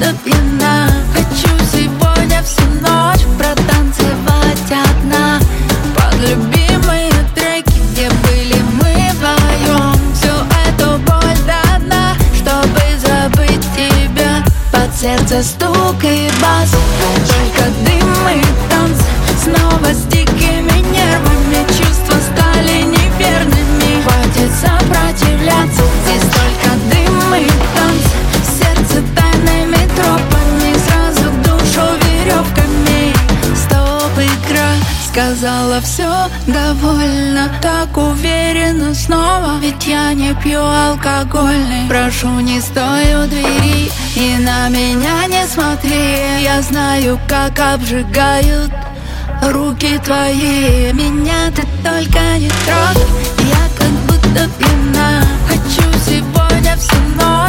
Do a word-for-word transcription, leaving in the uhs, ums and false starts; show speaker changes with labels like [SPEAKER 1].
[SPEAKER 1] будто пьяна. Хочу сегодня всю ночь протанцевать одна под любимые треки, где были мы вдвоем. Всю эту боль до дна, чтобы забыть тебя. Под сердце стук и бас, только дым и танц. Снова с дикими нервами чувства стали неверными. Хватит сопротивляться, здесь только дым и танц. Сердце тайными тропами, сразу в душу веревками. Стоп, игра, сказала все довольно. Так уверенно снова, ведь я не пью алкогольный. Прошу, не стой у двери и на меня не смотри. Я знаю, как обжигают руки твои. Меня ты только не трогай, я как будто пьяна. Хочу сегодня всю ночь